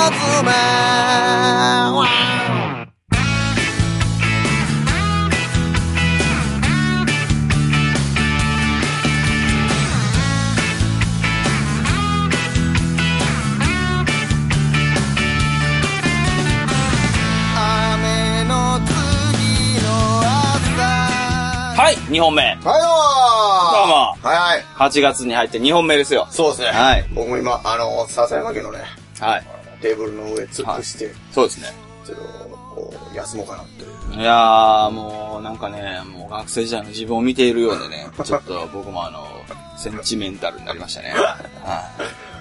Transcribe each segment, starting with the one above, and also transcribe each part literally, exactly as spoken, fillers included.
めはい、にほんめ。 はい、どうもどうも。 はいはい。 はちがつに入ってにほんめですよ。 そうですね。 はい。 僕も今、あの、笹山家のね、 はい。 テーブルの上突っ伏して、はい、 そうですね。 ちょっと、こう、休もうかなっていう。 いやー、もう、なんかね、もう学生時代の自分を見ているようでね、ちょっと僕もあの、センチメンタルになりましたね。はい。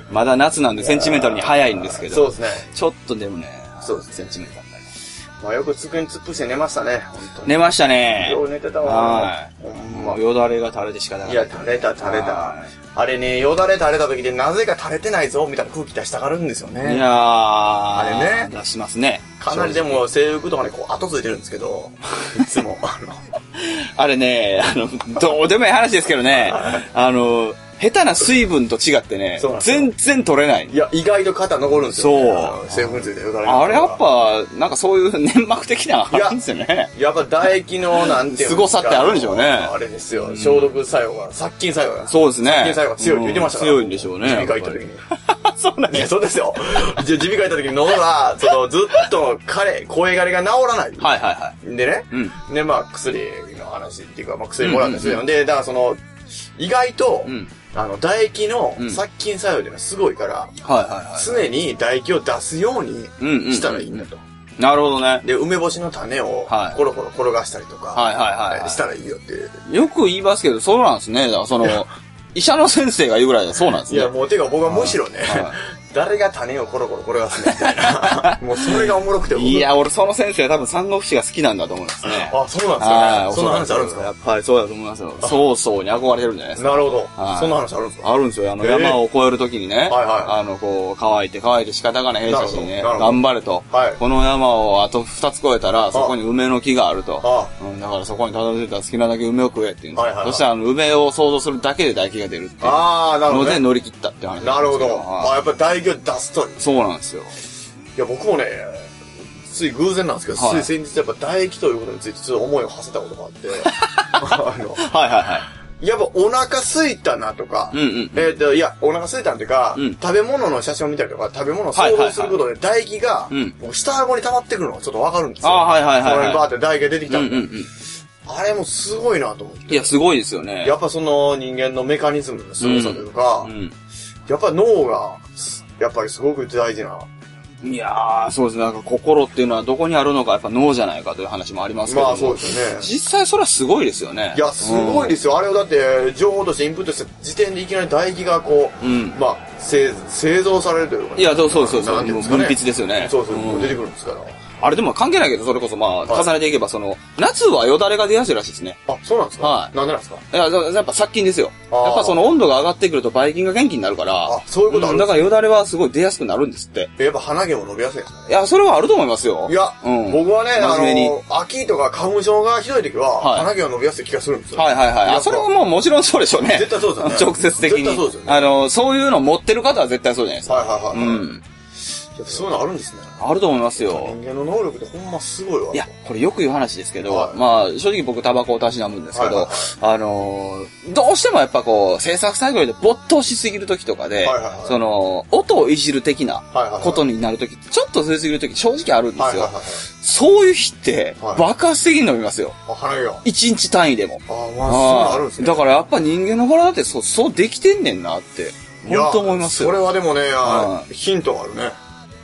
まだ夏なんでセンチメンタルに早いんですけど。 そうですね。 ちょっとでもね、 そうです。 センチメンタルになります。 まあよく机に突っ伏して寝ましたね、本当に。 寝ましたね。 よう寝てたわ。 はい。ほんま。よだれが垂れて仕方がない。 いや、垂れた垂れた。あれね、よだれ垂れた時でなぜか垂れてないぞ、みたいな空気出したがるんですよね。 いやー。あれね。 出しますね。 かなりでも制服とかね、こう後ついてるんですけど、いつも、あの。 あれね、あの、どうでもいい話ですけどね、あの、下手な水分と違ってね、全然取れない。 いや、意外と肩残るんですよ、ね。そう。成分ついてるから。 あれやっぱ、なんかそういう粘膜的なのあるんですよね。 やっぱ唾液の、なんていうの。 凄さってあるんでしょうね。 あれですよ。消毒作用が、殺菌作用が。 そうですね。 殺菌作用が強いって言ってましたから。 強いんでしょうね。 耳鼻科行った時に。 そうなんです。 そうですよ。耳鼻科行った時に喉が、その、ずっと、枯れ、声枯れが治らない。 はいはいはい。 でね。うん。で、まあ、薬の話っていうか、まあ、薬もらったんですよ。で、だからその、意外と、うんあの、唾液の殺菌作用っていうのはすごいから、うん、はいはいはい。常に唾液を出すようにしたらいいんだと。 なるほどね。 で、梅干しの種を、コロコロ転がしたりとか、はいはいはい。したらいいよっていう。 よく言いますけど、そうなんですね。だからその、医者の先生が言うぐらいでそうなんですね。 いや、もうてか僕はむしろね、誰が種をコロコロ転がすみたいな。もうそれがおもろくて。 いや、俺その先生多分三国志が好きなんだと思うんですね。 あ、そうなんですかね。そんな話あるんですかやっぱりそうだと思いますよ。曹操に憧れてるんじゃないですか。 なるほど。そんな話あるんですかあるんですよ。あの、山を越えるときにね、あの、こう、乾いて乾いて仕方がない兵士たちにね、頑張れと。この山をあと二つ越えたら、そこに梅の木があると。だからそこにたどり着いたら好きなだけ梅を食えって言うんですよ。そしたら梅を想像するだけで唾液が出るっていうので乗り切ったって話。 なるほど。まあやっぱり唾液を出すと。 そうなんですよ。 いや、僕もね、つい偶然なんですけど、はい、つい先日やっぱ唾液ということについてちょっと思いを馳せたことがあって、あの、はいはいはい。やっぱお腹空いたなとか、うんうん、えっ、ー、と、いや、お腹空いたなというか、うん、食べ物の写真を見たりとか、食べ物を想像することで唾液が、もう下顎に溜まってくるのがちょっとわかるんですよ。あはいはいはい、はい。これバーって唾液が出てきたんで、うんうんうん、あれもすごいなと思って。 いや、すごいですよね。 やっぱその人間のメカニズムの凄さというか、うんうん、やっぱ脳が、やっぱりすごく大事な。 いやー、そうですね。なんか心っていうのはどこにあるのかやっぱ脳じゃないかという話もありますけども。まあそうですよね。実際それはすごいですよね。 いや、すごいですよ。うん、あれをだって情報としてインプットした時点でいきなり唾液がこう、うん、まあ、製造されるというか、ね。 いや、そうそうそうそう。分泌ですよね。 そうそう、うん、出てくるんですから。 あれでも関係ないけど、それこそまあ、重ねていけば、その、夏はよだれが出やすいらしいですね。 あ、そうなんですかはい。なんでなんですかいや、やっぱ殺菌ですよ。やっぱその温度が上がってくるとばい菌が元気になるから。 あ、そういうことあるんですか、 だからよだれはすごい出やすくなるんですって。 やっぱ鼻毛も伸びやすいですね。 いや、それはあると思いますよ。 いや、うん、僕はね、あの、秋とか花粉症がひどい時は、鼻毛が伸びやすい気がするんですよ。 はいはいはい。あ、それはもうもちろんそうでしょうね。 絶対そうですよね。 直接的に。絶対そうですよね。あの、そういうの持ってる方は絶対そうじゃないですか。 はいはいはい。うん。そういうのあるんですね。 あると思いますよ。 人間の能力ってほんますごいわ。 いや、これよく言う話ですけど、はい、まあ、正直僕タバコをたしなむんですけど、はいはいはい、あのー、どうしてもやっぱこう、制作作業で没頭しすぎる時とかで、はいはいはい、その、音をいじる的なことになる時って、ちょっと吸いすぎる時正直あるんですよ。はいはいはいはい、そういう日って、爆発的に飲みますよ。 あ、鼻毛が。 一日単位でも。 あ、まあ、そうあるんですね。 だからやっぱ人間の体ってそう、そうできてんねんなって、本当思いますよ。 それはでもね、あ、うん、ヒントがあるね。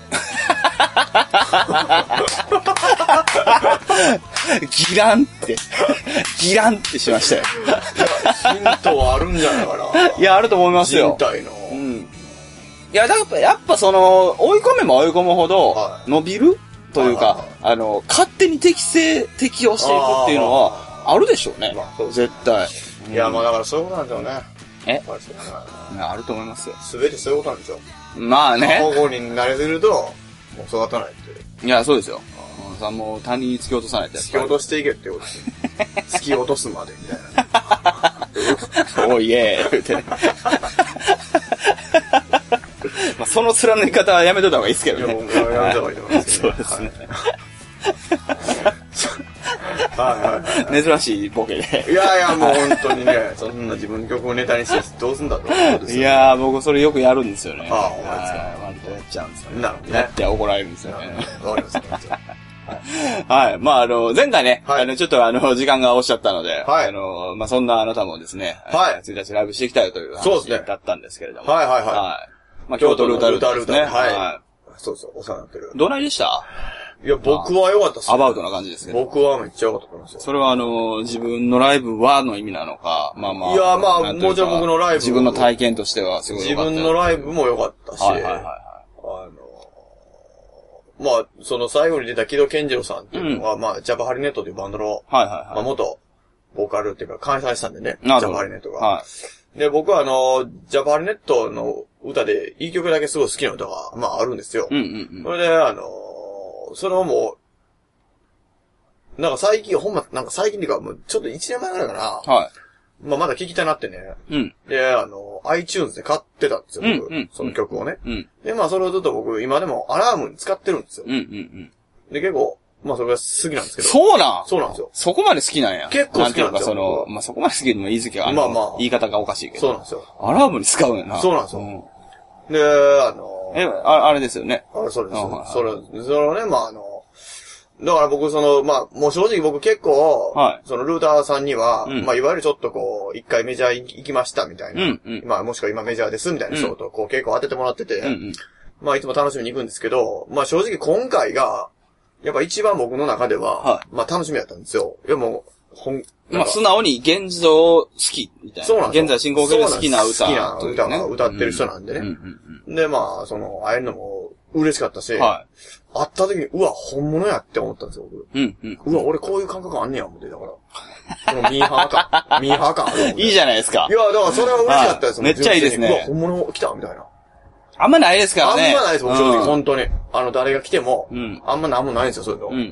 ギランって、ギランってしましたよ。 ヒントはあるんじゃないかな。 いや、あると思いますよ。 人体の。 うん。いや、だからやっぱその、追い込めば追い込むほど、伸びる、はい、というか、はいはいはい、あの、勝手に適正、適応していくっていうのは、あるでしょうね。まあ、そう絶対。 いや、まあだからそういうことなんですよね。 えいや、あると思いますよ。 すべてそういうことなんですよ。 まあね。 保護に慣れてると、もう育たないって。 いや、そうですよ。さんも他人に突き落とさないと。 突き落としていけってことですね。突き落とすまでみたいな。 おいえー、言うてね。まあその貫き方はやめといた方がいいですけどね。 いや、僕はやめた方がいいと思いますそうですね。 はいはい。 珍しいボケで。 いやいや、もう本当にね、そんな自分の曲をネタにしてどうすんだと思うんですよ。 いやー、僕それよくやるんですよね。 ああ、ほんまですか。 割とやっちゃうんですよね。 なるほどね。 やって怒られるんですよね。 わかります。 はい。まあ、あの、前回ね、 はい、 あの、ちょっとあの、時間がおっしゃったので、 はい、 あの、まあ、そんなあなたもですね、 はい。 ついたちライブしていきたいという話だったんですけれども。 はいはいはい。 はい。まあ、京都ルータルータですね。 はい。はい、そうそう、お世話になってる。 どないでした？ いや、僕は良かったっすね。 アバウトな感じですけど。 僕はめっちゃ良かったと思いますよ。 それはあの、自分のライブはの意味なのか、まあまあ。 いや、まあ、もちろん僕のライブ。 自分の体験としてはすごい良かった。 自分のライブも良かったし、はいはいはい。あの、まあ、その最後に出た木戸健次郎さんっていうのは、うん、まあ、ジャパハリネットというバンドの、はいはいはい。まあ、元、ボーカルっていうか、関西したんでね、ジャパハリネットが。はい。で、僕はあの、ジャパハリネットの歌で、いい曲だけすごい好きな歌が、まあ、あるんですよ。うんうんうん。それで、あの、それをもう、なんか最近、ほんま、なんか最近っていうか、もうちょっといちねんまえぐらいかな。はい。まあまだ聴きたなってね。うん。で、あの、iTunes で買ってたんですよ、僕。うんうん、その曲をね。うん。で、まあそれをずっと僕、今でもアラームに使ってるんですよ。うんうんうん。で、結構、まあそれが好きなんですけど。 そうなんそうなんですよ。 そこまで好きなんや。 結構好きなんですよ。 その、まあそこまで好きでも言い過ぎは、まあまあ。言い方がおかしいけど。 そうなんですよ。 アラームに使うんやな。 そうなんですよ。うん、で、あの、 え、ああれですよね。 あれ、そうです。それ、そのね、まああの、だから僕、その、まあ、もう正直僕結構、はい、そのルーターさんには、うん、まあ、いわゆるちょっとこう、一回メジャー行きましたみたいな、うんうん、まあ、もしくは今メジャーですみたいな人と、こう、結構当ててもらってて、うんうん、まあ、いつも楽しみに行くんですけど、まあ、正直今回が、やっぱ一番僕の中では、はい、まあ、楽しみだったんですよ。いや、もう、ほん、 まあ、素直に現像好きみたいな。 そうなんですよ。 現在進行形で好きな歌、 好きな歌が歌ってる人なんでね。うんうんうん、で、まあ、その、会えるのも嬉しかったし、はい、会った時に、うわ、本物やって思ったんですよ、僕。うんうん、うわ、俺こういう感覚あんねや、思って、だから。このミーハー感。ミーハー感ある。 いいじゃないですか。 いや、だからそれは嬉しかったですもん。 めっちゃいいですね。 うわ、本物来た、みたいな。 あんまないですからね。 あんまないです、僕、正直、本当に。あの、誰が来ても、うん、あんまなんもないんですよ、そういうの。うんうんうん、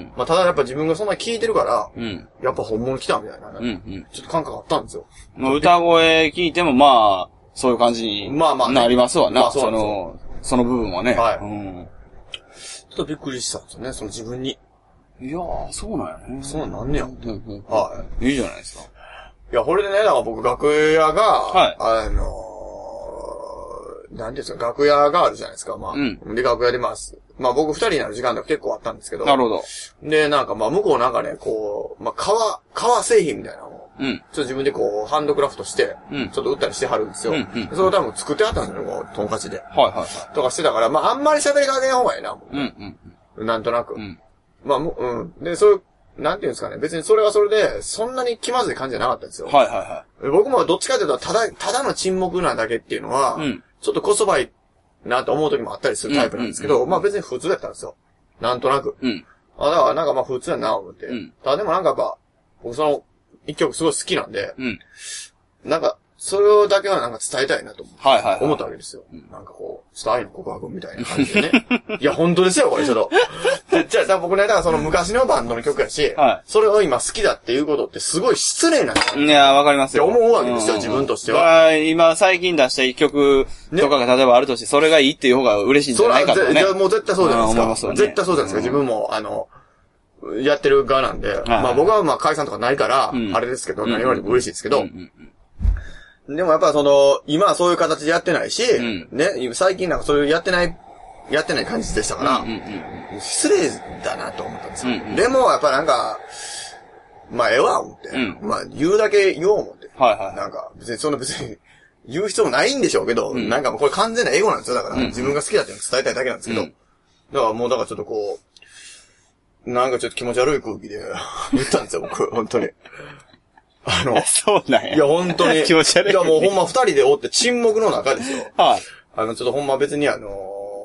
まあ、ただやっぱ自分がそんな聞いてるから、うん、やっぱ本物来た、みたいな、うんうん。ちょっと感覚あったんですよ。 もう歌声聞いても、まあ、そういう感じになりますわな。まあまあね、その、その部分はね。はい。うんちょっとびっくりしたんですよね、その自分に。 いやー、そうなんやね。 そうなんねや。うんうん、 はい。いいじゃないですか。 いや、これでね、だから僕楽屋が、はい。あのー、なんていうんですか、楽屋があるじゃないですか、まあ。うん。で、楽屋でます。まあ僕二人になる時間とか結構あったんですけど。 なるほど。 で、なんかまあ向こうなんかね、こう、まあ革、革製品みたいなのを、うん。ちょっと自分でこう、ハンドクラフトして、うん。ちょっと売ったりしてはるんですよ。うん、うん。それを多分作ってはったんですよ、こう、トンカチで。はいはいはい。とかしてたから、まああんまり喋りかけない方がいいな、もう。うんうんうん。なんとなく。うん。まあもう、うん。で、そういう、なんていうんですかね。別にそれはそれで、そんなに気まずい感じじゃなかったんですよ。はいはいはい。僕もどっちかというと、ただ、ただの沈黙なだけっていうのは、うん。ちょっとこそばいなと思う時もあったりするタイプなんですけど、うんうんうん、まあ別に普通だったんですよ。なんとなく。うん。あ、だからなんかまあ普通やな思って。うん。ただでもなんかやっぱ、僕その、一曲すごい好きなんで、うん。なんか、それだけはなんか伝えたいなと思って、はいはいはい、思ったわけですよ。うん、なんかこう、ちょっと愛の告白みたいな感じでね。いや、本当ですよ、これちょっと。じゃあ、僕ね、だからその昔のバンドの曲やし、はい、それを今好きだっていうことってすごい失礼なんですよ。 いや、わかりますよ。 って思うわけですよ、自分としては。 今、最近出した一曲とかが例えばあるとして、それがいいっていう方が嬉しいんじゃないかとね。 それは、もう絶対そうじゃないですか。ね、絶対そうじゃないですか、自分も、あの、やってる側なんで、はい、まあ僕はまあ解散とかないから、うん、あれですけど、何言われても嬉しいですけど、うんうんうん、でもやっぱその、今はそういう形でやってないし、うん、ね、最近なんかそういうやってない、やってない感じでしたから、うんうんうん、失礼だなと思ったんですよ。うんうん、でもやっぱなんか、まあええわ、思って、うん。まあ言うだけ言おう思って。はいはい。なんか別にそんな別に言う必要もないんでしょうけど、うん、なんかこれ完全なエゴなんですよ。だから、うん、自分が好きだっていうのを伝えたいだけなんですけど、うん、だからもうだからちょっとこう、なんかちょっと気持ち悪い空気で言ったんですよ、僕、本当に。あの、 そうなんや。 いや、本当に。 気持ち悪い。 いや、もうほんま二人でおって沈黙の中ですよ。はい。あの、ちょっとほんま別にあの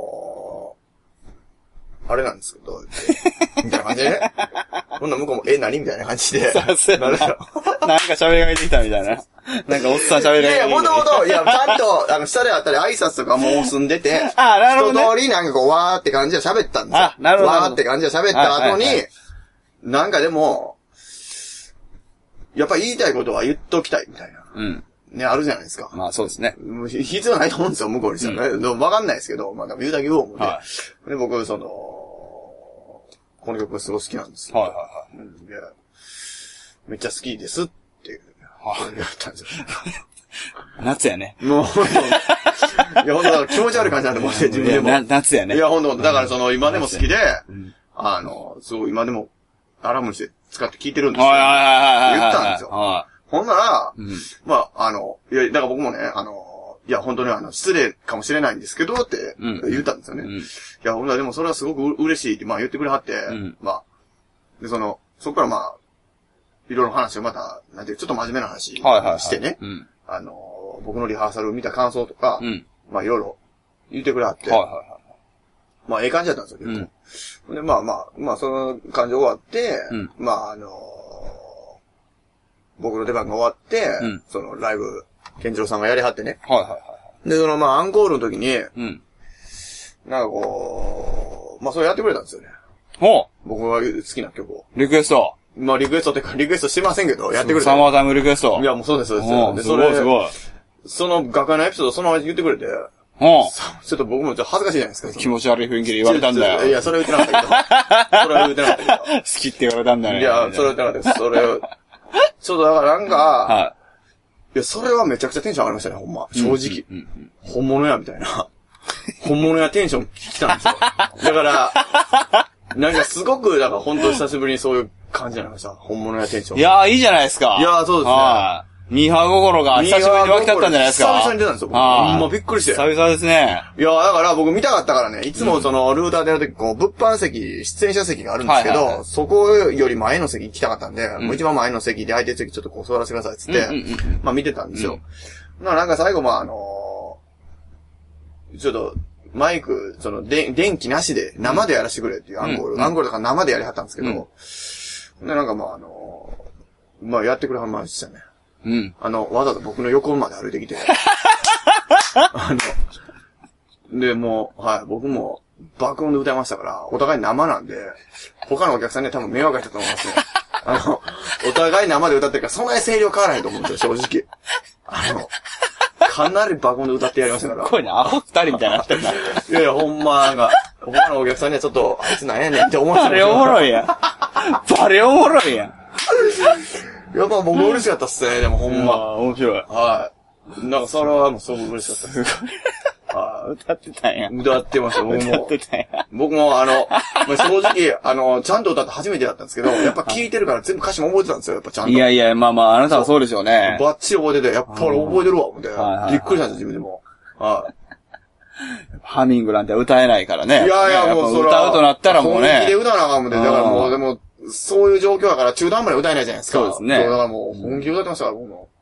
ー、あれなんですけど、みたいな感じでね。ほんな向こうも、え、何みたいな感じで。 さすが。なんか喋りが出てきたみたいな。なんかおっさん喋りが出てきた。いやいや、もともと、いや、ちゃんと、あの、下であったり挨拶とかもう済んでて、 あ、なるほど、ね。 一通りなんかこう、わーって感じで喋ったんですよ。 あ、なるほど。 わーって感じで喋った後に、はいはいはい、なんかでも、やっぱ言いたいことは言っときたいみたいな。うん。 ね、あるじゃないですか。 まあそうですね。 必要ないと思うんですよ、向こうにしたらね。でもわかんないですけど、まあ言うだけ言おう思って。はい、で、僕、その、この曲がすごい好きなんですよ。はいはいはい。うん、いやめっちゃ好きですって、はい、言ったんですよ。 夏やね。 もう、いや、ほんと気持ち悪い感じなんで、自分でも。 夏やね。 いや、ほんと、だからその、今でも好きで、うん、あの、すごい今でも、アラームにして使って聴いてるんですよ。はいはいはいはい。言ったんですよ。はい、ほんなら、うん、まあ、あの、いや、だから僕もね、あの、いや、本当にあの、失礼かもしれないんですけど、って言ったんですよね。うん、いや、ほんならでもそれはすごく嬉しいって、まあ言ってくれはって、うん、まあ、で、その、そこからまあ、いろいろ話をまた、なんていう、ちょっと真面目な話してね、はいはいはい、うん、あの、僕のリハーサルを見た感想とか、うん、まあいろいろ言ってくれはって、はいはいはい、まあええ感じだったんですよ、結構。うん、で、まあまあ、まあその感じ終わって、うん、まああの、僕の出番が終わって、うん、そのライブ、健次郎さんがやりはってね。はいはいはい。で、そのまあアンコールの時に、うん、なんかこう、まあそれやってくれたんですよね。ほう僕が好きな曲を。 リクエストまあリクエストってか、リクエストしてませんけど、やってくれた。 サマータイムリクエスト。 いやもうそうです、そうです。で、 すごいすごい。 その楽屋のエピソードそのまま言ってくれて、ほうちょっと僕もちょっと恥ずかしいじゃないですか。 気持ち悪い雰囲気で言われたんだよ。 いや、それは言ってなかったけど。それは言ってなかったけど。好きって言われたんだよね。 いや、それは言ってなかったです。それを、ちょっとだからなんか、はい。いや、それはめちゃくちゃテンション上がりましたね、ほんま。正直。うんうんうん、本物や、みたいな。本物やテンション来たんですよ。だから、なんかすごく、だから本当久しぶりにそういう感じになりました。本物やテンション。 いやー、いいじゃないですか。 いやー、そうですね。はい。 ミーハー心が久しぶりに湧き立ったんじゃないですか。 久々に出たんですよ。ほんまびっくりして。 久々ですね。 いや、だから僕見たかったからね、いつもそのルーターでやるとき、こう、物販席、出演者席があるんですけど、はいはいはい、そこより前の席行きたかったんで、うん、もう一番前の席で相手席ちょっとこう座らせてくださいっつって、うんうんうん、まあ見てたんですよ。うん、なんか最後、まああのー、ちょっと、マイク、その、で、電気なしで、生でやらせてくれっていうアンコール。うん、アンコールとか生でやりはったんですけど、うん、で、なんかまああのー、まあやってくれはんましたね。うん。あの、わざわざ僕の横まで歩いてきて。あの、で、もう、はい、僕も爆音で歌いましたから、お互い生なんで、他のお客さんには多分迷惑がかけたと思いますね。あの、お互い生で歌ってるから、そんなに声量変わらないと思うんですよ、正直。あの、かなり爆音で歌ってやりましたから。 すごいね、アホ二人みたいになってるな。いやいや、ほんま、なんか、他のお客さんにはちょっと、あいつなんやねんって思ってた。 バレおもろいやん。バレおもろいやん。 やっぱ僕嬉しかったっすね、でもほんま。 面白い。 はい。なんかそれはもうすごく嬉しかったです。 はい。歌ってたんや。 歌ってました、僕も。 歌ってたんや。 僕もあの、まあ、正直、あの、ちゃんと歌って初めてだったんですけど、やっぱ聞いてるから全部歌詞も覚えてたんですよ、やっぱちゃんと。 いやいや、まあまあ、あなたはそうでしょうね。 バッチリ覚えてて、やっぱ俺覚えてるわ、思って。びっくりしたんです、自分でも。はい。 ハミングなんて歌えないからね。 いやいや、もうそれは。歌うとなったらもうね。 本気で歌わなあかんもんで、だからもう、でも、そういう状況だから中途半端に歌えないじゃないですか。 そうですね。 だからもう本気で歌ってましたから、僕も。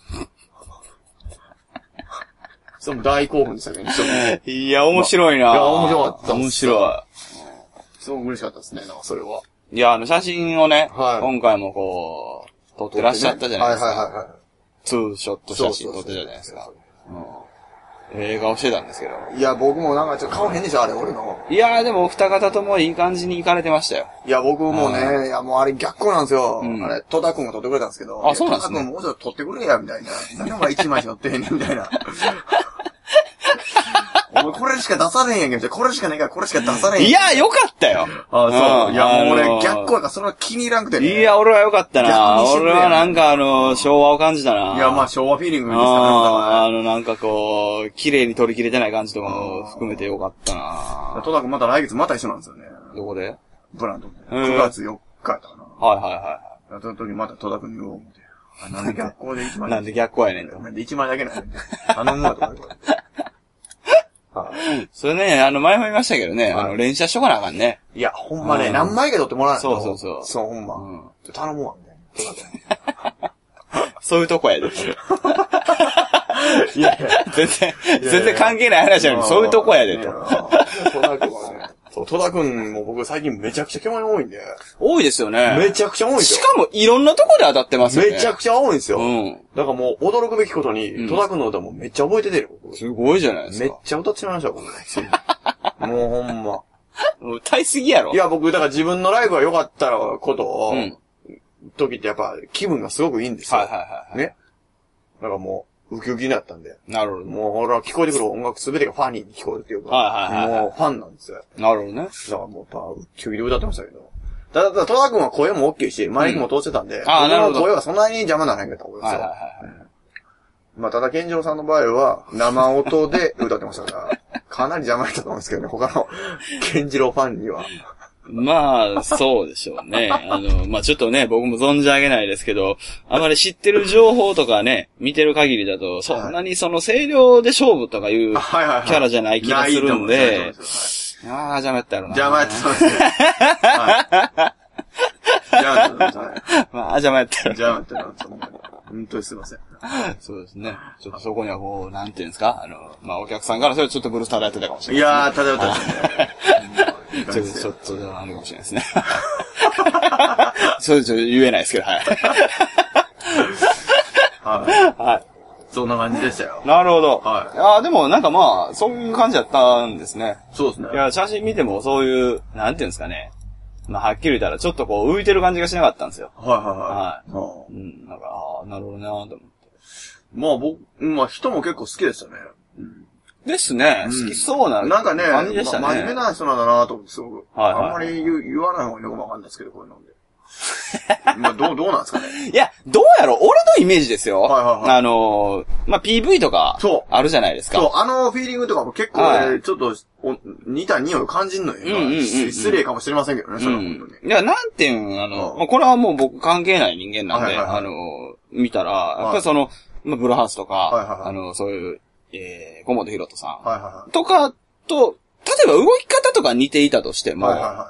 それも大興奮でしたね。 いや、面白いな、まあ、 いや、面白かった。 面白い。 すごく嬉しかったですね、なんかそれは。 いや、あの写真をね、はい、今回もこう、撮ってらっしゃったじゃないですか。はいはいはい、はい。ツーショット写真撮ってたじゃないですか。映画をしてたんですけど。 いや、僕もなんかちょっと顔変でしょ、あれ、俺の。 いやー、でもお二方ともいい感じに行かれてましたよ。 いや、僕もね、いや、もうあれ逆光なんですよ。うん、あれ、戸田くんが撮ってくれたんですけど。 あ、そうなんですね。 戸田くんもうちょっと撮ってくれや、みたいな。何お前一枚しか撮ってへんねん、みたいな。お前これしか出されへんやんけど、これしかねえからこれしか出されへんやん。 いや、よかったよ。 あ、そう。いや、もう俺逆光やからそれは気に入らんくてね。 いや、俺はよかったな。俺はなんかあの、昭和を感じたな。 いや、まあ昭和フィーリングですかね。 あの、なんかこう、綺麗に撮り切れてない感じとかも含めてよかったな。 戸田くんまた来月また一緒なんですよね。 どこでブランドで。くがつよっかやったかな。 はいはいはい。 やった時また戸田くんに言おう思って。なんで逆光で一枚。 なんで逆光やねんと。 なんで一枚だけなんやねん。頼むわとか言われて。 それね、あの、前も言いましたけどね、あの、連写しとかなあかんね。 いや、ほんまね、何枚か撮ってもらわないと。 そうそうそう。 そう、ほんま。うん、頼むわ、みたいな。そういうとこやで。いやいや、全然、全然関係ない話なのに、そういうとこやでと。 戸田くんはね、そう、戸田くんも僕最近めちゃくちゃ共演多いんで。 多いですよね。 めちゃくちゃ多いんですよ。 しかもいろんなとこで当たってますよね。 めちゃくちゃ多いんですよ。うん。だからもう驚くべきことに、戸田くんの歌もめっちゃ覚えててる。 すごいじゃないですか。 めっちゃ歌ってしまいました、僕。もうほんま。 歌いすぎやろ。 いや、僕、だから自分のライブが良かったことを、うん、時ってやっぱ気分がすごくいいんですよ。はいはいはい。ね。だからもう、 ウキウキになったんで。 なるほど。 もう俺は聞こえてくる音楽すべてがファニーに聞こえるっていうか。 はいはいはい。 もうファンなんですよ。 なるほどね。だからもう、ウキウキで歌ってましたけど。ただ、ただ、戸田君は声も大きいし、マイクも通してたんで、うん、ああ、なるほど。声はそんなに邪魔ならへんかったと思うんですよ。はいはいはい。うん、まあ、ただ、健次郎さんの場合は、生音で歌ってましたから、かなり邪魔だったと思うんですけどね、他の健次郎ファンには。 まあ、そうでしょうね。あの、まあちょっとね、僕も存じ上げないですけど、あまり知ってる情報とかね、見てる限りだと、そんなにその声量で勝負とかいうキャラじゃない気がするんで、ああ、邪魔やったやろな。 邪魔やったそうですね。はい。邪魔やったそうですね。 まあ、邪魔やったやろ。 邪魔やったやろ。本当にすいません。 そうですね。ちょっとそこにはこう、なんていうんですか、あの、まあお客さんからそれちょっとブルース漂ってたかもしれない、 ね。いやー、漂ってたですね。 ちょっと、ちょっと、あるかもしれないですね。そう、ちょっと言えないですけど、はい。 はい。はい。そんな感じでしたよ。 なるほど。 はい。 ああ、でもなんかまあ、そういう感じだったんですね。 そうですね。 いや、写真見てもそういう、なんていうんですかね。まあ、はっきり言ったらちょっとこう浮いてる感じがしなかったんですよ。 はいはいはい。 はい。うん。なんか、ああ、なるほどなと思って。 まあ僕、まあ人も結構好きでしたね。 うん、ですね、うん。好きそうな感じでしたね。 なんかね、ま、真面目な人なんだなと思ってすごく。はいはい、あんまり言, 言わない方がよくわかんないですけど、こういうので。まあどう、どうなんですかね。 いや、どうやろ俺のイメージですよ。はいはいはい。あのー、まあ ピーブイ とか、あるじゃないですか。 そう、あのフィーリングとかも結構ね、はい、ちょっと似た匂いを感じるのよ。うんうんうんうん、失礼かもしれませんけどね、それは本当に。うん、いや、なんていう、あの、うん、まあ、これはもう僕関係ない人間なんで、はいはいはい、あのー、見たら、やっぱりその、まあ、ブルーハウスとか、はいはいはい、あの、そういう、えー、小本博人さん、はいはいはい、とかと、例えば動き方とか似ていたとしても、はいはいはい、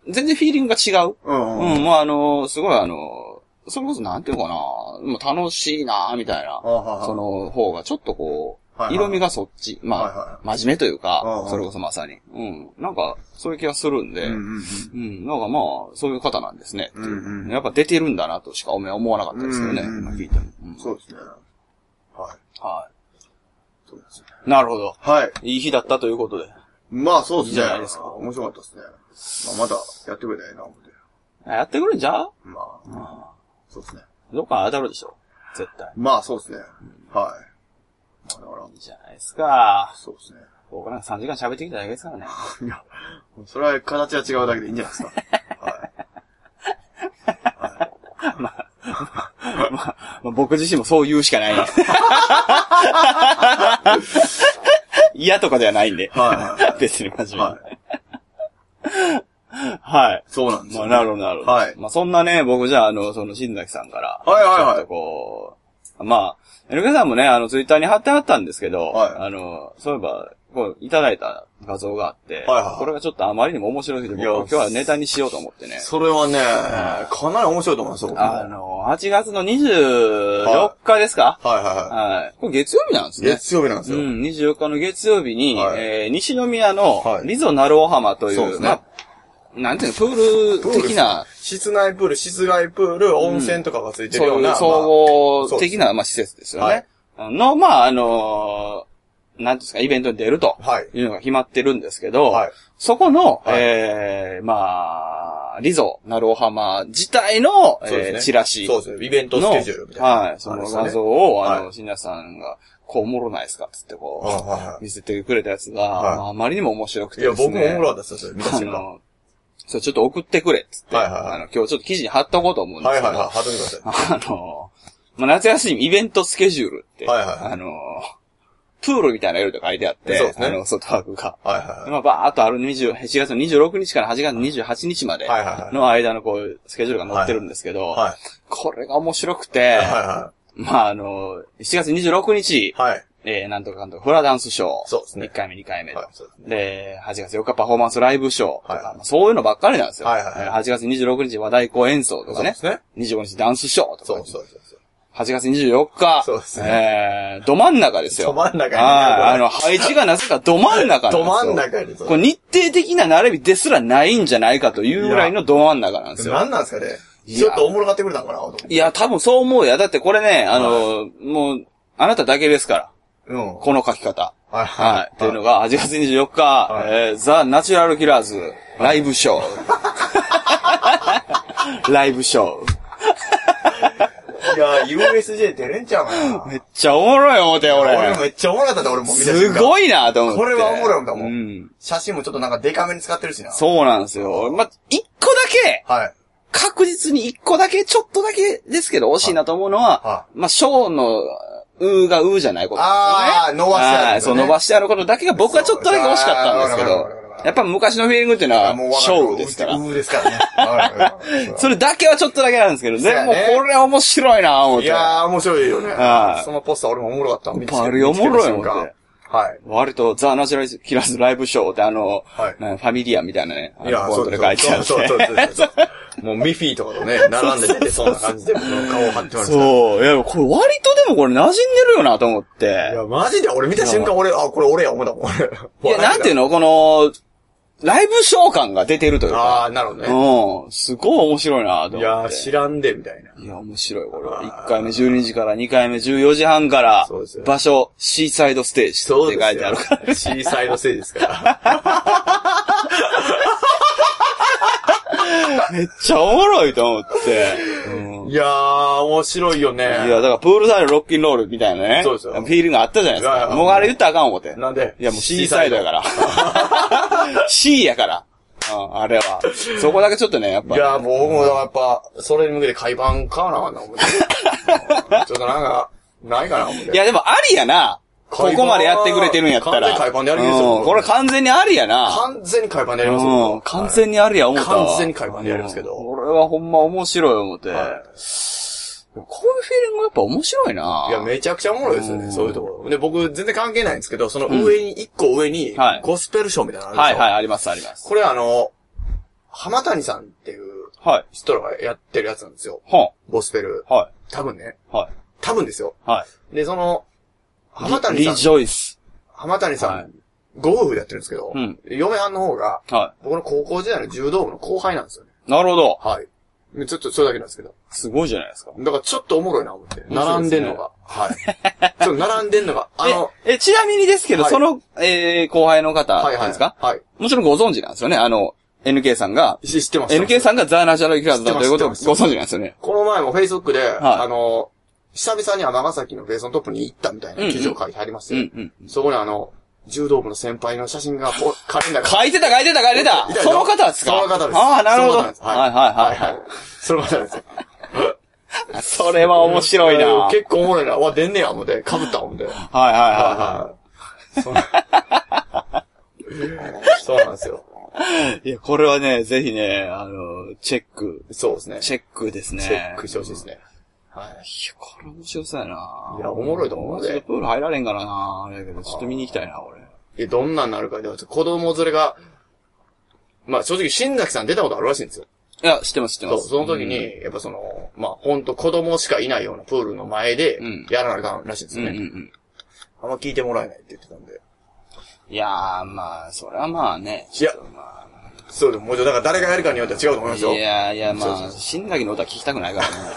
全然フィーリングが違う。うんうん。うん、もうあの、すごいあの、それこそなんていうのかな、もう楽しいなみたいな、はいはい、その方がちょっとこう、はいはい、色味がそっち、まあ、はいはい、真面目というか、はいはい、それこそまさに。うん。なんか、そういう気がするんで、うんうんうん、うん、なんかまあ、そういう方なんですね。うんうん、やっぱ出てるんだなとしか思わなかったですけどね、うんうんうん、聞いても、 うん。そうですね。はい。 はい。 そうですね。 なるほど。 はい。 いい日だったということで。 まあそうですね。 いいじゃないですか。 面白かったですね。まあまたやってくれたらいいな、思って。 やってくれんじゃうまあ、うん、そうですね。 どっか当たるでしょ。絶対。 まあそうですね。うん、はい。 まあ、だからいいじゃないですか。 そうですね。 僕なんかさんじかん喋ってきただけですからね。 いや、それは形は違うだけでいいんじゃないですか。はい。はい、 まあ、まあ、まあ、僕自身もそう言うしかない。嫌とかではないんで。はい、はい。別に真面目に。はい。はい。 そうなんですよ、 ね。まあ、なるほど、なるほど。はい。まあ、そんなね、僕じゃあ、あの、その、新崎さんから。 はいはいはい。 ちょっとこう、まあ、エルケさんもね、あの、ツイッターに貼ってあったんですけど、はい。あの、そういえば、こう、いただいた画像があって、はいはい。これがちょっとあまりにも面白すぎて、僕は今日はネタにしようと思ってね。 それはね、かなり面白いと思いますよ。 あの、はちがつのにじゅうよっかですか、 はい、はいはいはい。 はい。これ月曜日なんですね。 月曜日なんですよ。 うん、にじゅうよっかの月曜日に、はい、えー、西宮のリゾナルオ浜という、はい、そうですね。まあなんていうの、プール的な。 室内プール、室外プール、温泉とかがついてるような。うん、 総合的な、まあ、施設ですよね。はい、の、まあ、あのー、なんですか、イベントに出ると。いうのが決まってるんですけど、はい、そこの、はい、えー、まあ、リゾ、ナルオ浜自体の、ねえー、チラシ。 そうですね。イベントスケジュールみたいな。 はい。その画像を、あの、新田さんが、こうおもろないですかつってこう、はいはい、見せてくれたやつが、はいまあ、あまりにも面白くてですね。 いや、僕もおもろかったですよ、見た瞬間。 そう、ちょっと送ってくれっつって。はいはいはい。あの、今日ちょっと記事に貼っとこうと思うんですけど。 はいはいはい。貼っといてください。あの、まあ、夏休みイベントスケジュールって。はいはいはい。あの、プールみたいな色と書いてあって。そうですね。あの、外枠が。はいはいはい。まあ、バーっとあるにじゅう、しちがつのにじゅうろくにちからはちがつのにじゅうはちにちまで。の間のこう、スケジュールが載ってるんですけど。はいはい。これが面白くて。はいはい。まあ、あの、しちがつにじゅうろくにち。はい。えー、なんとかかんとか、フラダンスショー。 そうですね。 いっかいめ、にかいめと。はい、そうですね。で、はちがつよっかパフォーマンスライブショーとか、はいまあ、そういうのばっかりなんですよ。はいはいはい。はちがつにじゅうろくにち和太鼓演奏とかね。そうですね。にじゅうごにちダンスショーとか。そうそうそうそう。はちがつにじゅうよっか。そうですね。えー、ど真ん中ですよ。 ど真ん中に、ね。 ああの、配置がなぜかど真ん中なんですよ。 ど真ん中に。 これ日程的な並びですらないんじゃないかというぐらいのど真ん中なんですよ。 なんなんですかね。ちょっとおもろがってくれたんかなと思って。 いや、多分そう思うや。だってこれね、あの、はい、もう、あなただけですから。うん、この書き方。はい。はい。っていうのが、はちがつにじゅうよっか、はい、えー、ザ・ナチュラル・キラーズ、ライブショー。ライブショー。 いや、ユーエスジェー 出れんちゃうかな。 めっちゃおもろい思って、俺。 俺めっちゃおもろかったで、俺も見た瞬間。 すごいなと思って。 これはおもろいんだもん。 うん。 写真もちょっとなんかデカめに使ってるしな。 そうなんですよ。ま、一個だけ、はい。確実に一個だけ、ちょっとだけですけど、惜しいなと思うのは、はい、まあ、ショーの、うーがうーじゃないことですよね。ああ、伸ばしてある、ね。そう、伸ばしてあることだけが僕はちょっとだけ惜しかったんですけど、やっぱ昔のフィーリングっていうのは、ショーですから。うーですからね。それだけはちょっとだけなんですけど、でもこれ面白いな思って。 いやー、面白いよね。そのポスター俺もおもろかった。 あれおもろい思って。はい。割とザ・ナチュラルキラーズライブショーってあの、はい、ファミリアみたいなね、あのコートで書いてある。そうそうそうそう。もうミッフィーとかとね、並んでてそうな感じで僕の顔を貼ってました。そう。いや、これ割とでもこれ馴染んでるよなと思って。いや、マジで俺見た瞬間俺、あ、これ俺や思ったもん、俺。いや、なんていうのこの、ライブショー感が出てるというか。ああ、なるほどね。うん。すごい面白いなと思って。いや、知らんで、みたいな。いや、面白い、これは。いっかいめじゅうにじからにかいめじゅうよじはんから、そうですよ。場所、シーサイドステージって書いてあるから。シーサイドステージですから。めっちゃおもろいと思って。うん、いやー、面白いよね。いや、だからプールサイドロッキンロールみたいなね。そうですよ。フィーリングがあったじゃないですか。もうあれ言ったらあかん思って。なんでいや、もう C サイドやから。C やから。うん、あれは。そこだけちょっとね、やっぱ、ね。いや、僕もやっぱ、それに向けて海パン買わなあかんな思って。ちょっとなんか、ないかな思って。いや、でもありやな。ここまでやってくれてるんやったら。完全に海パンでやるんですよ。これ完全にありやな。完全に海パンでやりますよ。完全にありや思った。完全に海パンでやりますけど。これはほんま面白い思って。はい、こういうフィーリングやっぱ面白いな。いや、めちゃくちゃおもろいですよね、そういうところ。で、僕全然関係ないんですけど、その上に、一個上に、ゴスペルショーみたいなのあるんですよ。はいはい、ありますあります。これあの、浜谷さんっていう人がやってるやつなんですよ。はい。ゴスペル。はい。多分ね。はい。多分ですよ。はい。で、その、浜谷さん。リジョイス。浜谷さん、はい、ご夫婦でやってるんですけど、うん、嫁はんの方が、はい、僕の高校時代の柔道部の後輩なんですよね。なるほど。はい。ちょっとそれだけなんですけど。すごいじゃないですか。だからちょっとおもろいな思って。並んでんのが。はい。ちょっと並んでんのが、あの、え、え、ちなみにですけど、はい、その、えー、後輩の方ですか、はいはい、はい。もちろんご存知なんですよね。あの、エヌケー さんが。知ってます。エヌケー さんがザ・ナチュラルキラーズだということをご存知なんですよね。この前も Facebook で、はい、あの、久々に尼崎のベースのトップに行ったみたいな記事を書いてありまして、うんうんうん、そこにあの、柔道部の先輩の写真が、カレンダーが。書いてた書いてた書いてたその方ですかその方です。ああ、なるほど。はいはいはいはい。その方です。それは面白いな。結構おもろいな。わ、出んねや、思って。被った思って。はいはいはい。そうそうなんですよ。いや、これはね、ぜひね、あの、チェック。そうですね。チェックですね。チェックしてほしいですね。はい。いや、これ面白そうやな。いや、おもろいと思うね。プール入られんからな。あれだけど、ちょっと見に行きたいな、俺。え、どんなんなるか。でも、子供連れが、まあ、正直、新崎さん出たことあるらしいんですよ。いや、知ってます、知ってます。そう、その時に、うん、やっぱその、まあ、ほんと子供しかいないようなプールの前で、やらなきゃらしいんですよね。うんうんうん。あんま聞いてもらえないって言ってたんで。いやー、まあ、それはまあね。いや、まあ、そうでも、もうちょっと、だから誰がやるかによっては違うと思いますよ。いやいや、まあ、新崎の歌聞きたくないからね。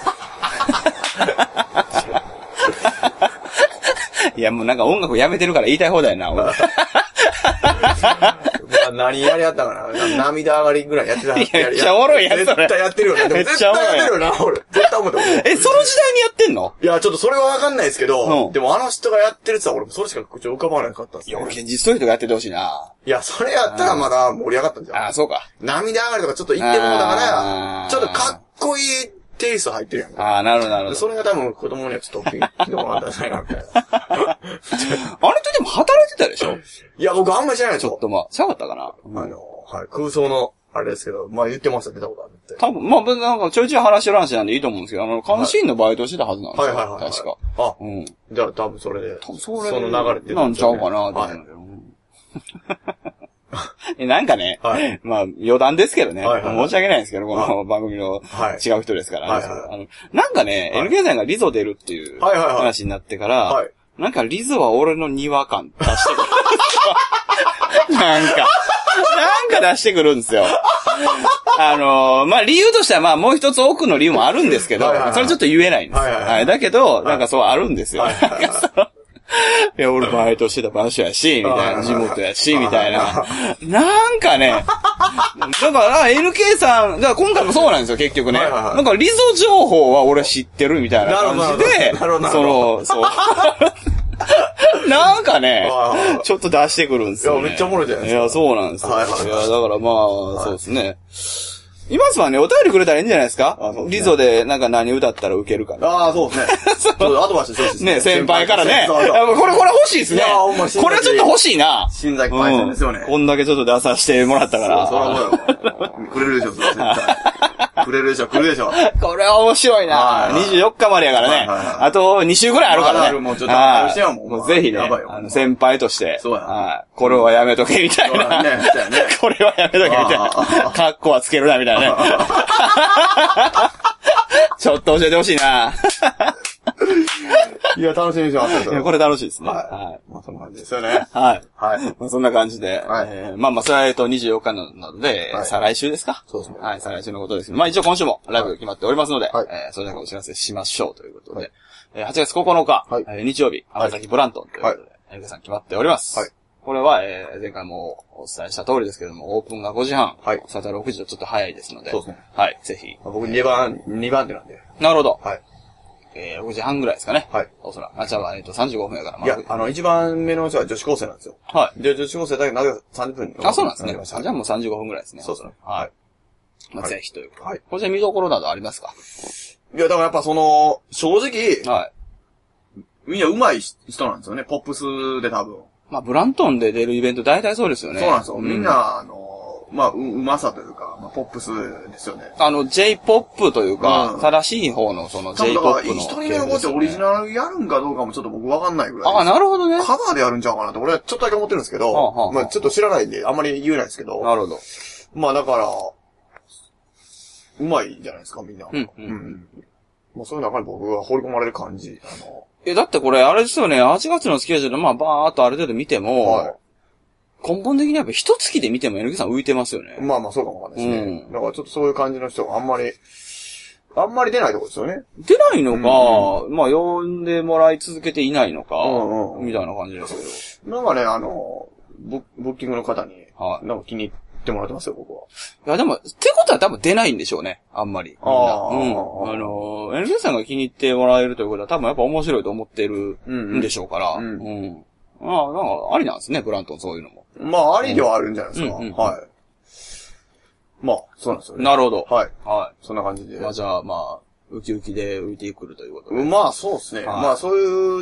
いや、もうなんか音楽やめてるから言いたい放題やな、俺。まあ、何やりやったかな。涙上がりぐらいやってた。めっちゃおもろいやつ。絶対やってるよね。めっちゃおもろいやってるよな、俺。絶対思ったもん。え、その時代にやってんの？いや、ちょっとそれはわかんないですけど、うん、でもあの人がやってるって言ったら俺もそれしか口を浮かばなかったっすね。いや、俺現実そういう人がやっててほしいな。いや、それやったらまだ盛り上がったんじゃん。ああ、そうか。涙上がりとかちょっと言ってもだから、ちょっとかっこいいテイスト入ってるやんか。ああ、なるほど、なるほど。それが多分子供にはちょっとピンともらったんじゃないかな、みたいな。あれってでも働いてたでしょ？いや、僕あんまり知らないですよ。ちょっとまあ、ちゃうかったかな。あの、はい、空想の、あれですけど、まあ言ってました、出たことあるって。多分、まあ、なんかちょいちょい話し話なんでいいと思うんですけど、あの、監視員のバイトしてたはずなんですよ。はいはいはい、はい。確か。あ、うん。じゃあ多分それで、多分それで、その流れってなんちゃうかな、と思うんだけど。え、なんかね、はい、まあ、余談ですけどね、はいはいはい、申し訳ないんですけど、この番組の違う人ですから、はいはいはい、あのなんかね、はい、エヌケー さんがリゾ出るっていう話になってから、はいはいはい、なんかリゾは俺の庭感出してくる。なんか、なんか出してくるんですよ。あのー、まあ、理由としてはまあ、もう一つ奥の理由もあるんですけど、はいはいはい、それちょっと言えないんですよ。はいはいはい、だけど、なんかそうあるんですよ。はいはいはいいや、俺バイトしてた場所やし、みたいな、地元やし、みたいな。なんかね、だから エヌケー さん、だから今回もそうなんですよ、結局ね。はいはいはい、なんかリゾ情報は俺知ってるみたいな感じで、その、そう。なんかね、ちょっと出してくるんですよ、ね。 いや、めっちゃおもろいじゃないですか。 いや、そうなんですよ。 はいはいはい、 いや、だからまあ、はい、そうですね。今すはね、お便りくれたらいいんじゃないですか？ああ、ね、リゾでなんか何歌ったらウケるか。 ああ、そうですね。そう、アドバイスしてほしいですね。 ね、先輩からね。そうそうこれ、これ欲しいですね。いや、ほんまこれはちょっと欲しいな。 新崎パイセンですよね、 うん。こんだけちょっと出させてもらったから。 そう、そらもうくれるでしょ、それ絶対。くれるでしょ、くるでしょ。 これは面白いな。にじゅうよっかまでやからね。あとに週ぐらいあるからね。ある、もうちょっとあるしてよ、もう。もうぜひね、あの先輩として。そうや。これはやめとけ、みたいな。ね、これはやめとけ、みたいな。カッコはつけるな、みたいなね。ちょっと教えてほしいな。 いや、楽しみにしてますよ。 いや、これ楽しいですね。 はい。はい。まあ、そんな感じですよね。 はい。はい。まあ、そんな感じで。はい。えー、まあまあ、それはえっと、にじゅうよっかなので、はい、再来週ですか？そうですね。はい、再来週のことですけど、まあ一応今週もライブが決まっておりますので、はい。えー、それだけお知らせしましょうということで、はい、えー、はちがつここのか、はい。えー、日曜日、浜崎ブラントンということで、はい。皆さん決まっております。はい。これは、えー、前回もお伝えした通りですけども、オープンがごじはん。はい。スタートろくじとちょっと早いですので。そうですね。はい、ぜひ。 僕にばん、にばん手なんで。 なるほど。 はい。 えー、ろくじはんぐらいですかね。はい。おそらく。あ、じゃあ、えっと、さんじゅうごふんやから。 いや、あの、一番目の人は女子高生なんですよ。はい。で、女子高生だけなぜかさんじゅっぷん。 あ、そうなんですね。あ、じゃあもうさんじゅうごふんぐらいですね。そうですね。はい。まあ、ぜひということで。はい。これじゃ見どころなどありますか？ いや、だからやっぱその、正直、はい。みんな上手い人なんですよね。ポップスで多分。 まあ、ブラントンで出るイベント大体そうですよね。 そうなんですよ。みんな、あの、まあ、う、うまさというか、まあ、ポップスですよね。 あの、J-ポップ というか、うん、正しい方のその J-ポップ の、ね。一人目の子ってオリジナルやるんかどうかもちょっと僕わかんないぐらい。 ああ、なるほどね。 カバーでやるんちゃうかなって俺はちょっとだけ思ってるんですけど、はあはあ、まあちょっと知らないんであんまり言えないですけど。 なるほど。 まあだから、うまいじゃないですか、みんな。うん、うん。うん。まあそういう中に僕が放り込まれる感じ。あのえ、だってこれあれですよね、はちがつのスケジュール、まあバーっとある程度見ても、はい。根本的にやっぱ一月で見ても エヌケー さん浮いてますよね。 まあまあそうかもわかんないですね。うん。だからちょっとそういう感じの人があんまり、あんまり出ないとこですよね。 出ないのか、うんうん、まあ呼んでもらい続けていないのか、うんうん、みたいな感じですけど。なんかね、あの、ブ, ブッキングの方に、はい、なんか気に入ってもらってますよ、僕は。 いやでも、ってことは多分出ないんでしょうね、あんまり。みんな。あうん。あの、エヌケー さんが気に入ってもらえるということは多分やっぱ面白いと思ってるんでしょうから。うん、うん。うん、ああ、なんかありなんですね、ブラントンそういうのも。 まあ、ありではあるんじゃないですか。うんうんうん、はい。まあ、そうなんですよね。 なるほど。 はい。はい。そんな感じで。 まあ、じゃあ、まあ、ウキウキで浮いてくるということで。 まあ、そうですね。はい、まあ、そういう、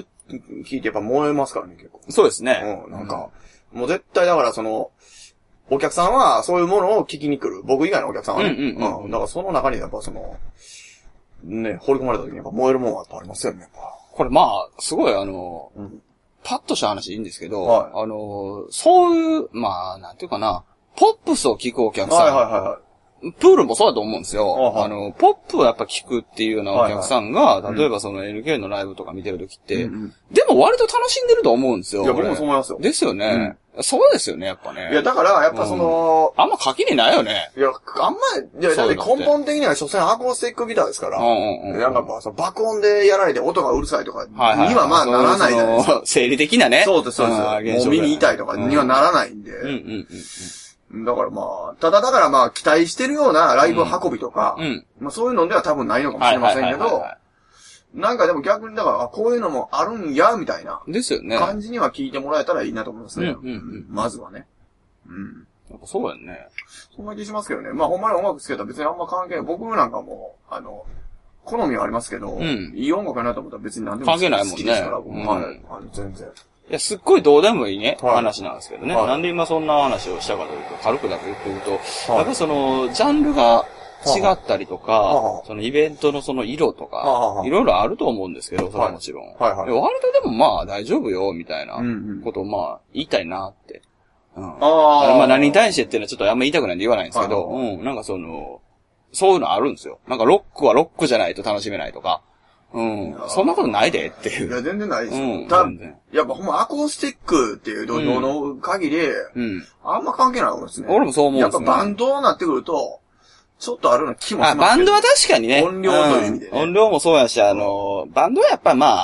聞いてやっぱ燃えますからね、結構。 そうですね。 うん、なんか、うん、もう絶対だからその、お客さんはそういうものを聞きに来る。僕以外のお客さんはね。うんうんうん。うん、だからその中にやっぱその、ね、放り込まれた時にやっぱ燃えるものはやっぱありますよね、やっぱ。 これまあ、すごいあの、うん、パッとした話でいいんですけど、はい、あの、そういう、まあ、なんていうかな、ポップスを聞くお客さん。はいはいはいはい。プールもそうだと思うんですよ。はいはい、あの、ポップをやっぱ聞くっていうようなお客さんが、はいはい、例えばその エヌケー のライブとか見てるときって、うんうん、でも割と楽しんでると思うんですよ。 いや、僕もそう思いますよ。 ですよね。うん、そうですよね、やっぱね。 いや、だから、やっぱその、 うん、あんま垣根ないよね。 いや、あんま、いや、だって根本的には所詮アコースティックギターですから、うんうんうん、なんかまあ、その爆音でやられて音がうるさいとかにはまあならないじゃないですか。 生理的なね。 そうです、そうです。もう耳痛いとかにはならないんで。うんうんうんうん、だからまあ、ただだからまあ、期待してるようなライブ運びとか、うん、まあそういうのでは多分ないのかもしれませんけど、なんかでも逆にだから、こういうのもあるんや、みたいな。 ですよね。 感じには聞いてもらえたらいいなと思いますね。うんうんうん、まずはね。 うん。やっぱそうやんね。 そんな気しますけどね。まあほんまに音楽つけたら別にあんま関係ない。僕なんかも、あの、好みはありますけど、うん、いい音楽やなと思ったら別に何でも好きですから、僕も。はい。あの、全然。 いや、すっごいどうでもいいね、はい、話なんですけどね、はい。なんで今そんな話をしたかというと、軽くだけ言ってると、はい、やっぱその、ジャンルが違ったりとか、はあ、そのイベントのその色とか、はあ、いろいろあると思うんですけど、それはもちろん。はいはいはい、割とでもまあ大丈夫よ、みたいなことをまあ言いたいなって。うん、あまあ何に対してっていうのはちょっとあんま言いたくないんで言わないんですけど、はいはい、うん、なんかその、そういうのあるんですよ。なんかロックはロックじゃないと楽しめないとか。うん。そんなことないでっていう。 いや、全然ないですよ。うん。全然。やっぱほんまアコースティックっていう土俵の限り、うん。あんま関係ないですね。 俺もそう思うんですね。やっぱバンドになってくると、ちょっとあるような気もしますね。あ、バンドは確かにね。 音量という意味でね、 うん。音量もそうやし、あの、バンドはやっぱまあ、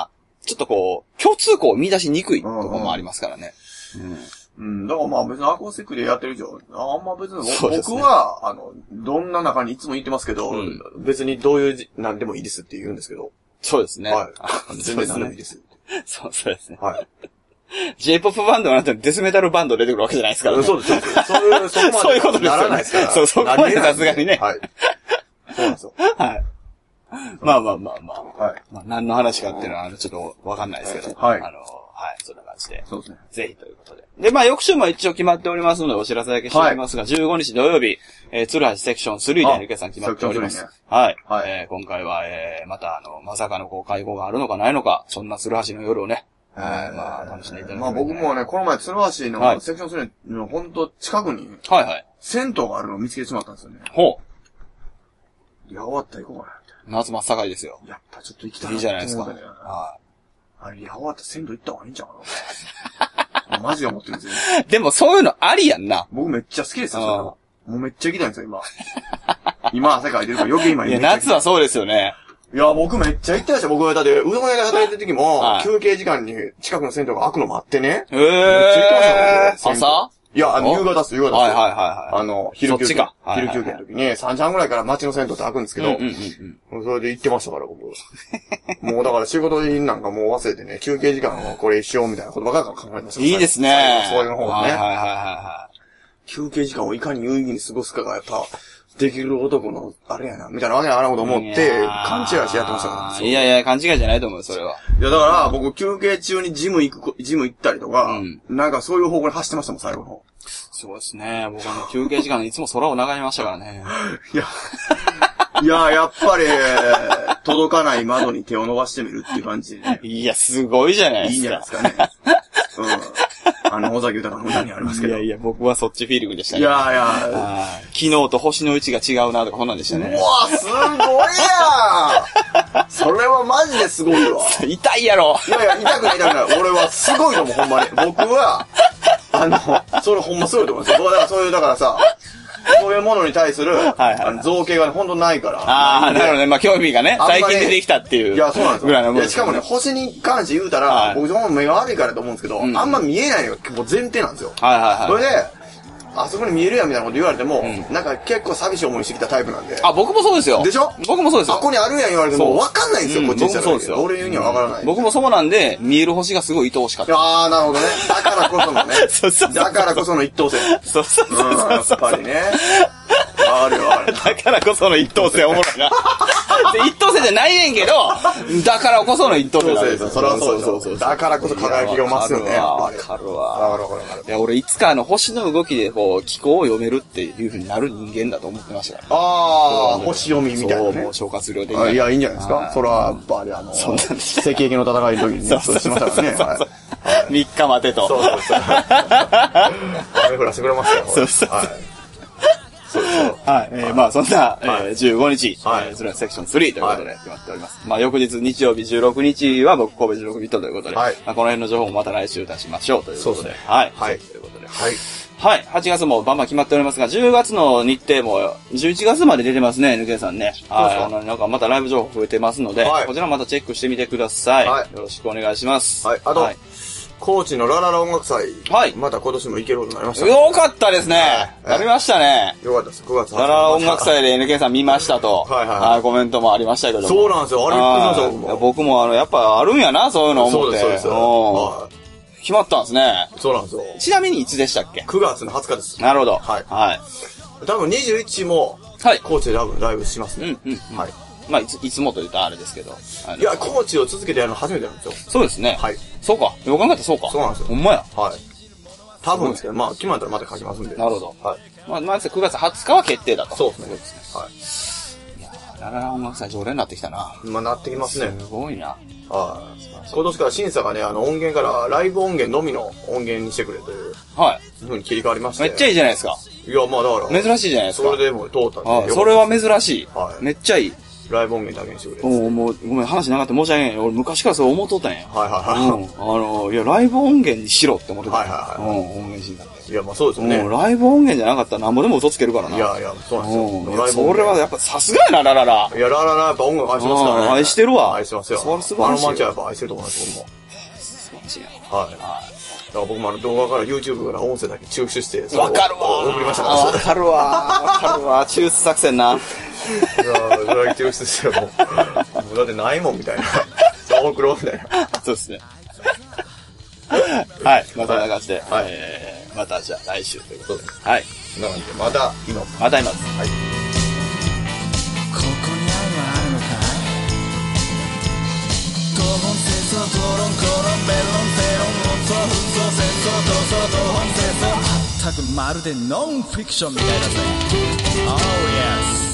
ちょっとこう、共通項を見出しにくいところもありますからね。 うん。うん。だからまあ別にアコースティックでやってる以上、あんま別に、ね、僕は、あの、どんな中にいつも言ってますけど、うん、別にどういう、なんでもいいですって言うんですけど。 そうですね。 はい。全然何でもいいです。 そう、そうですね。 はい。 J-ポップ バンドなんてデスメタルバンド出てくるわけじゃないですからね。 そうです、そうです。そういう、そこまで。 そういうことですよね。 ならないですから。 そう、そこまでさすがにね。 はい。そうなんですよ。 はい。まあまあまあまあ。はい。まあ何の話かっていうのは、ちょっとわかんないですけど。はい。あの、はい、そんな感じで。 そうですね。 ぜひということで。で、まあ翌週も一応決まっておりますので、お知らせだけしておきますが、はい、じゅうごにち土曜日、えー、鶴橋セクションスリーで エヌケー さん決まっております。ね、はい。はい。えー、今回は、えー、またあの、まさかのこう会合があるのかないのか、そんな鶴橋の夜をね、えー、まあ、楽しんでいただきまあ僕もね、この前鶴橋のセクションスリーのほんと近くに、はいはい。銭湯があるのを見つけてしまったんですよね。ほう。いや、終わったら行こうかな。 夏真っ盛りですよ。 やっぱちょっと行きたいな。 いいじゃないですか。はい。 あれ、いや、終わったら銭湯行った方がいいんちゃうかな。マジで思ってるんですよ。 でもそういうのありやんな。 僕めっちゃ好きですよ、もうめっちゃ行きたいんですよ、今。今汗かいてるから余計今いや、夏はそうですよね。 いや、僕めっちゃ行ってました。僕、だって、うどん屋で働いてる時も、はい、休憩時間に近くの銭湯が開くのもあってね。 へー。めっちゃ行ってました、朝いや、あの、夕方っす、夕方っす。 はいはいはいはい。 あの、昼休憩。か。昼休憩の時に、さんじはんぐらいから街の銭湯って開くんですけど、うんうんうんうん、それで行ってましたから、僕。もうだから仕事なんかもう忘れてね、休憩時間をこれしようみたいなことばっかり考えました。 いいですね。 そういうの方がね。 はいはいはいはい。 休憩時間をいかに有意義に過ごすかがやっぱ、できる男の、あれやな、みたいなわけやなこと思って、勘違いしてやってましたから。 いやいや、勘違いじゃないと思う、それは。 いや、だから、僕、休憩中にジム行く、ジム行ったりとか、うん、なんかそういう方向に走ってましたもん、最後の方。 そうですね。僕あの、休憩時間にいつも空を眺めましたからね。 いや、いや、やっぱり、届かない窓に手を伸ばしてみるっていう感じで、ね。 いや、すごいじゃないですか。 いいんじゃないですかね。うん。あの、尾崎豊の歌にありますけど。 いやいや、僕はそっちフィーリングでしたね。 いやいや、 昨日と星の位置が違うなとか、こんなんでしたね。 うわ、すごいやんそれはマジですごいわ。 痛いやろ。 いやいや、痛くない痛くない。俺はすごいと思う、ほんまに。僕は、あの、それほんますごいと思うんですよ。だからそういう、だからさ、そういうものに対する、はいはいはい、造形がね、ほんとないから。 ああ、なるほどね。まあ、興味がね、最近出てきたっていう。 いや、そうなんですよ。 ぐらいのいや、しかもね、星に関して言うたら、はい、僕その目が悪いからと思うんですけど、うん、あんま見えないのがもう前提なんですよ。はいはいはい。それで、あそこに見えるやんみたいなこと言われても、うん、なんか結構寂しい思いしてきたタイプなんで。 あ、僕もそうですよ。 でしょ？ 僕もそうですよ。 あここにあるやん言われても、わかんないんですよ、こっちにしたら。僕もそうですよ。俺言うにはわからない、 うん。僕もそうなんで、見える星がすごい愛おしかった。 ああ、なるほどね。だからこそのね。そうそうそう。だからこその一等星。 そうそうそうそう。うん、 やっぱりね。あるよ、ある。 だからこその一等星おもろいな。一等星じゃないねんけど、だからこその一等星なんですよ。 それはそうそうそう。だからこそ輝きが増すよね。 わかるわ。わかるわかる。いや、俺いつかあの星の動きでこう、気候を読めるっていう風になる人間だと思ってましたから。 ああ、星読みみたいなね。 そう、もう消化量的に。 いや、いいんじゃないですか。それは、やっぱりあの、赤壁の戦いの時にね、そうしましたからね。 みっか待てと。 そうそうそう。雨降らせてくれますよ。そうそう。 そうそう。はい。えー、まあそんな、えー、じゅうごにち、はい、それはセクションスリーということで決まっております。はい、まあ翌日日曜日じゅうろくにちは僕神戸じゅうろくビットということで、はい、まあこの辺の情報もまた来週出しましょうということで。そうですね。はい。はい。ということで。はい。はい。はちがつもバンバン決まっておりますが、じゅうがつの日程もじゅういちがつまで出てますね、ぬけさんね。はい。あの、なんかまたライブ情報増えてますので、はい、こちらまたチェックしてみてください。はい。よろしくお願いします。 はい。あと、はい、高知のラララ音楽祭。はい。また今年も行けることになりました、 ね。よかったですね。やりましたね。 よかったです。くがつラララ音楽祭で エヌケー さん見ましたと。はいはい、はい。コメントもありましたけども。 そうなんですよ。あれびっくりしました、 僕もあの、やっぱあるんやな、そういうの思って。そうです、そうです。はい。決まったんですね。 そうなんですよ。 ちなみにいつでしたっけ？ くがつのはつかです。 なるほど。 はい。 はい。 多分にじゅういちも、はい。高知で多分ライブしますね。うんうん、うん。はい。 まあ、いつ、いつもと言ったらあれですけど。 いや、高知を続けてやるの初めてなんですよ。 そうですね。はい。そうか。よく考えたらそうか。 そうなんですよ。 ほんまや。 はい。多分ですけど、まあ、決まったらまた書きますんで。 なるほど。はい。まあ、まずくがつはつかは決定だと。 そうですね。はい。 いやー、ラララ音楽祭常連になってきたな。 まあ、なってきますね。 すごいな。 はい。今年から審査がね、あの音源からライブ音源のみの音源にしてくれという。はい。風に切り替わりまして。 めっちゃいいじゃないですか。 いや、まあだから。 珍しいじゃないですか。 それでも通ったんで。 ああ、それは珍しい。はい。めっちゃいい。 いライブ音源だけにしてくれ。 おもう、ごめん、話長くて申し訳ない。俺昔からそう思っとったんや。 はいはいはい。うん。 あの、いや、ライブ音源にしろって思ってた。 はいはいはい。 うん、音源診断で。 いや、まあそうですよね。 うん、ライブ音源じゃなかったらなんぼでも嘘つけるからな。 いやいや、そうなんですよ。うん、 ライブそれはやっぱさすがやな、ラララ。 いや、ラララやっぱ音楽愛してますからね。 愛してるわ。 愛してますよ。 それ素晴らしい。 あのマンチはやっぱ愛してると思います、僕も。 素晴らしいや。はい。はい。だから僕もあの動画から YouTube から音声だけ抽出して、 わかるわ送りましたから。 わかるわわかるわ抽出作戦な。いやー、それだけ抽出してもう、もうだってないもんみたいな。そう送ろうみたいな。 そうですね。はい。またこんな感じで。はい。えー、またじゃあ来週ということで。はい。 なので、また今。 また今です。 はい。 ここに愛はあるのかい？ドロン戦争、ドロンコロン、ベロン、テロン、音、紛争、戦争、闘争、同本戦争。まったくまるでノンフィクションみたいだぜ。Oh yes。